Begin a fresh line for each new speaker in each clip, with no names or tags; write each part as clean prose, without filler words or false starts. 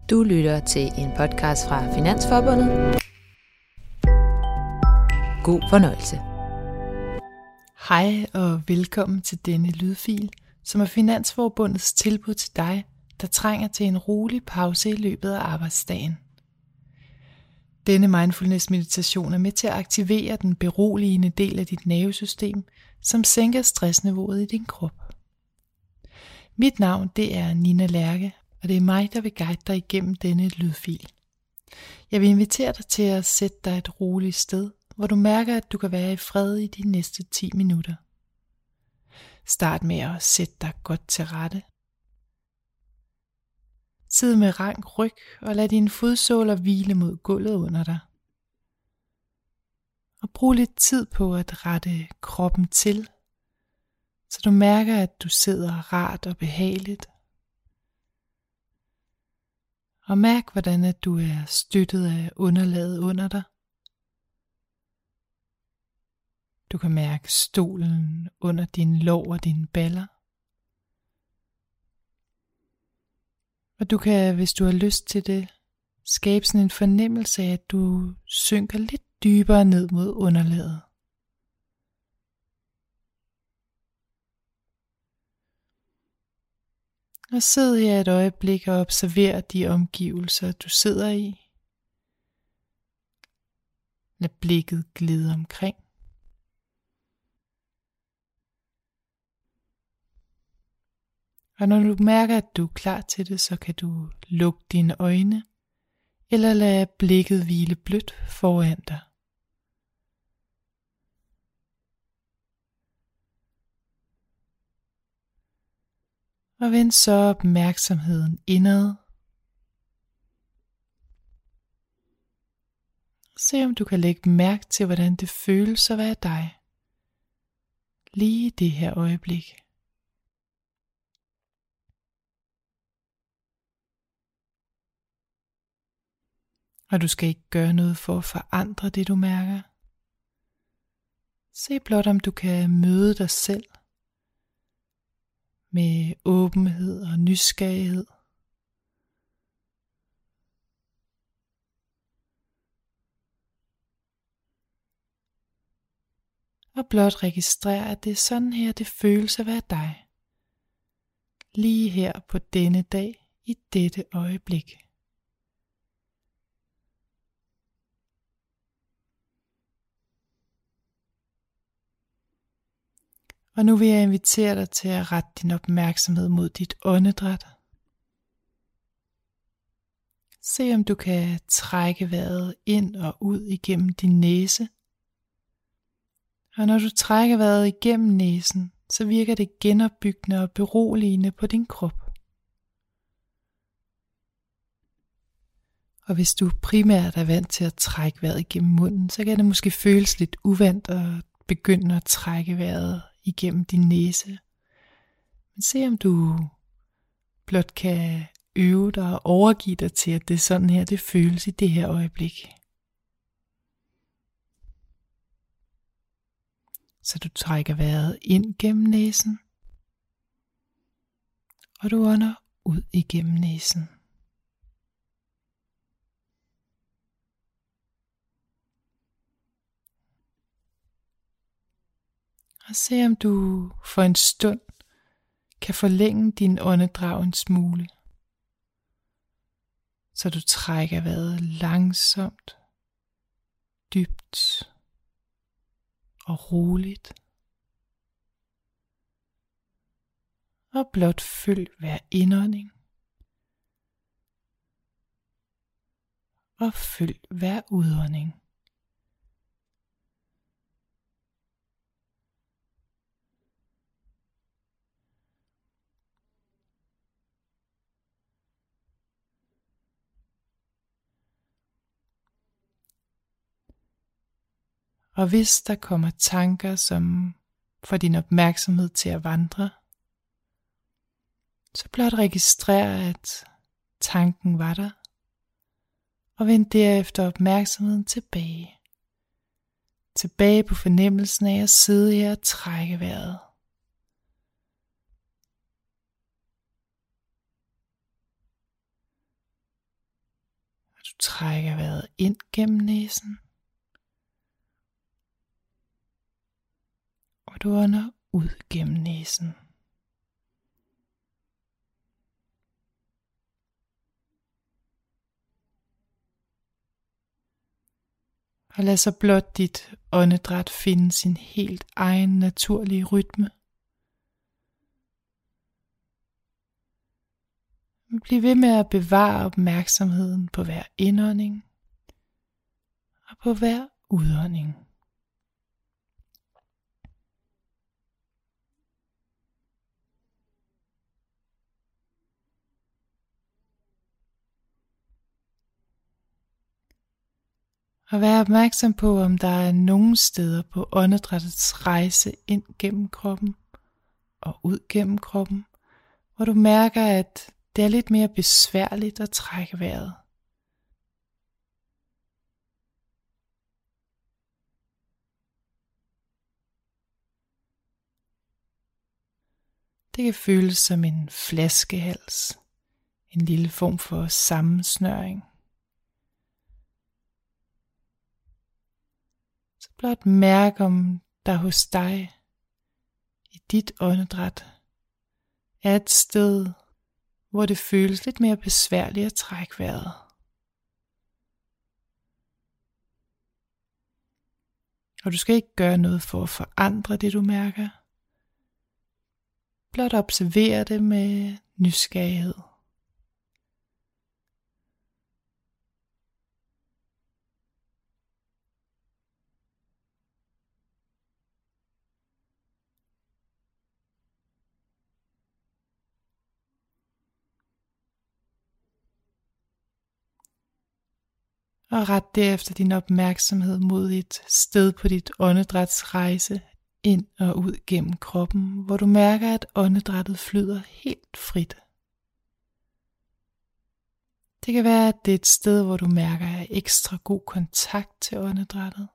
Du lytter til en podcast fra Finansforbundet. God fornøjelse.
Hej og velkommen til denne lydfil, som er Finansforbundets tilbud til dig, der trænger til en rolig pause i løbet af arbejdsdagen. Denne mindfulness-meditation er med til at aktivere den beroligende del af dit nervesystem, som sænker stressniveauet i din krop. Mit navn det er Nina Lærke, og det er mig, der vil guide dig igennem denne lydfil. Jeg vil invitere dig til at sætte dig et roligt sted, hvor du mærker, at du kan være i fred i de næste 10 minutter. Start med at sætte dig godt til rette. Sid med rank ryg og lad dine fodsåler hvile mod gulvet under dig. Og brug lidt tid på at rette kroppen til, så du mærker, at du sidder rart og behageligt. Og mærk, hvordan at du er støttet af underlaget under dig. Du kan mærke stolen under dine lår og dine baller. Og du kan, hvis du har lyst til det, skabe sådan en fornemmelse af, at du synker lidt dybere ned mod underlaget. Og sid her et øjeblik og observer de omgivelser, du sidder i. Lad blikket glide omkring. Og når du mærker, at du er klar til det, så kan du lukke dine øjne, eller lade blikket hvile blødt foran dig. Og vend så opmærksomheden indad. Se om du kan lægge mærke til, hvordan det føles at være dig. Lige i det her øjeblik. Og du skal ikke gøre noget for at forandre det, du mærker. Se blot, om du kan møde dig selv med åbenhed og nysgerrighed. Og blot registrere, at det er sådan her, det føles at være dig. Lige her på denne dag, i dette øjeblik. Og nu vil jeg invitere dig til at rette din opmærksomhed mod dit åndedræt. Se om du kan trække vejret ind og ud igennem din næse. Og når du trækker vejret igennem næsen, så virker det genopbyggende og beroligende på din krop. Og hvis du primært er vant til at trække vejret igennem munden, så kan det måske føles lidt uvant at begynde at trække vejret igennem din næse. Men se om du blot kan øve dig og overgive dig til, at det er sådan her, det føles i det her øjeblik. Så du trækker vejret ind gennem næsen, og du ånder ud igennem næsen. Og se om du for en stund kan forlænge din åndedrag en smule. Så du trækker vejret langsomt, dybt og roligt. Og blot følg hver indånding. Og følg hver udånding. Og hvis der kommer tanker, som får din opmærksomhed til at vandre, så blot registrer, at tanken var der, og vend derefter opmærksomheden tilbage. Tilbage på fornemmelsen af at sidde her og trække vejret. Du trækker vejret ind gennem næsen, og du ånder ud gennem næsen. Og lad så blot dit åndedræt finde sin helt egen naturlige rytme. Bliv ved med at bevare opmærksomheden på hver indånding og på hver udånding. Og vær opmærksom på, om der er nogle steder på åndedrættets rejse ind gennem kroppen og ud gennem kroppen, hvor du mærker, at det er lidt mere besværligt at trække vejret. Det kan føles som en flaskehals, en lille form for sammensnøring. Så blot mærk, om der hos dig, i dit åndedræt, er et sted, hvor det føles lidt mere besværligt at trække vejret. Og du skal ikke gøre noget for at forandre det, du mærker. Blot observere det med nysgerrighed. Og ret derefter din opmærksomhed mod et sted på dit åndedræts rejse ind og ud gennem kroppen, hvor du mærker, at åndedrættet flyder helt frit. Det kan være, at det er et sted, hvor du mærker ekstra god kontakt til åndedrættet.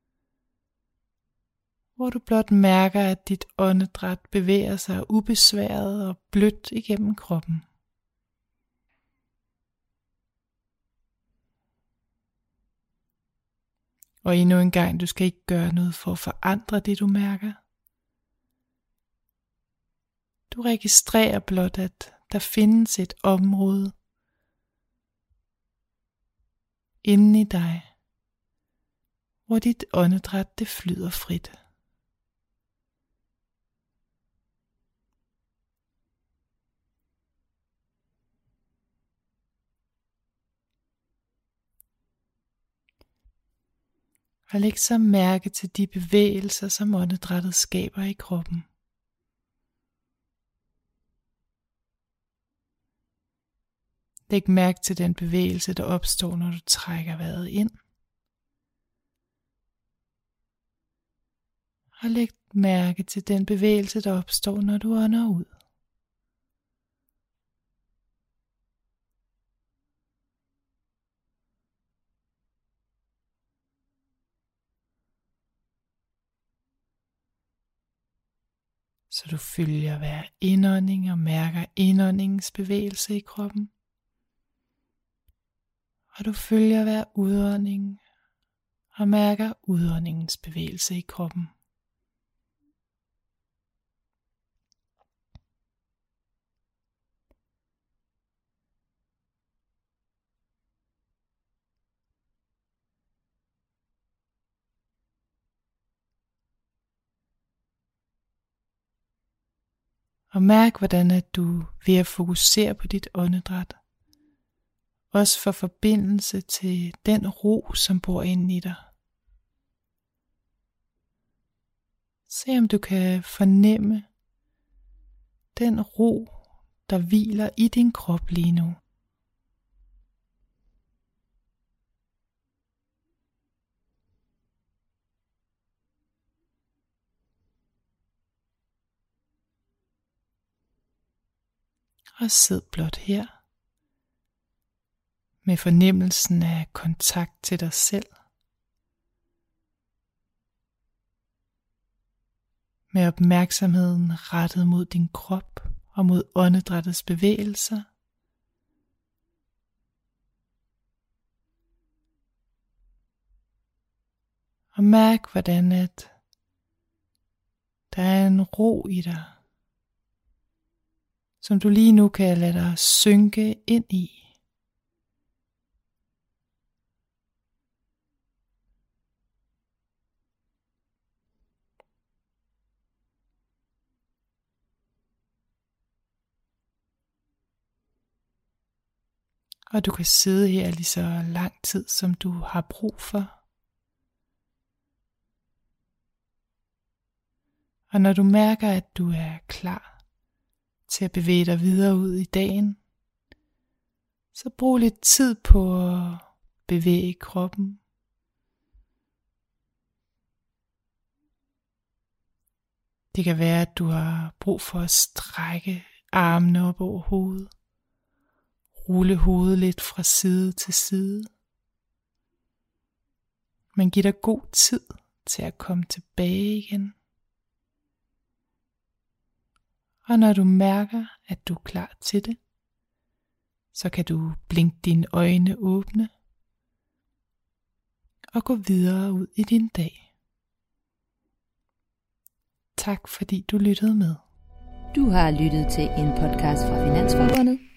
Hvor du blot mærker, at dit åndedræt bevæger sig ubesværet og blødt igennem kroppen. Og endnu en gang, du skal ikke gøre noget for at forandre det, du mærker. Du registrerer blot, at der findes et område inde i dig, hvor dit åndedræt det flyder frit. Og læg så mærke til de bevægelser, som åndedrættet skaber i kroppen. Læg mærke til den bevægelse, der opstår, når du trækker vejret ind. Og læg mærke til den bevægelse, der opstår, når du ånder ud. Så du følger hver indånding og mærker indåndingens bevægelse i kroppen. Og du følger hver udånding og mærker udåndingens bevægelse i kroppen. Og mærk, hvordan at du ved at fokusere på dit åndedræt, også får forbindelse til den ro, som bor inde i dig. Se om du kan fornemme den ro, der hviler i din krop lige nu. Og sid blot her med fornemmelsen af kontakt til dig selv. Med opmærksomheden rettet mod din krop og mod åndedrættets bevægelser. Og mærk, hvordan at der er en ro i dig, som du lige nu kan lade dig synke ind i. Og du kan sidde her lige så lang tid, som du har brug for. Og når du mærker, at du er klar til at bevæge dig videre ud i dagen, så brug lidt tid på at bevæge kroppen. Det kan være, at du har brug for at strække armene op over hovedet. Rulle hovedet lidt fra side til side. Men giv dig god tid til at komme tilbage igen. Og når du mærker, at du er klar til det, så kan du blinke dine øjne åbne og gå videre ud i din dag. Tak fordi du lyttede med.
Du har lyttet til en podcast fra Finansforbundet.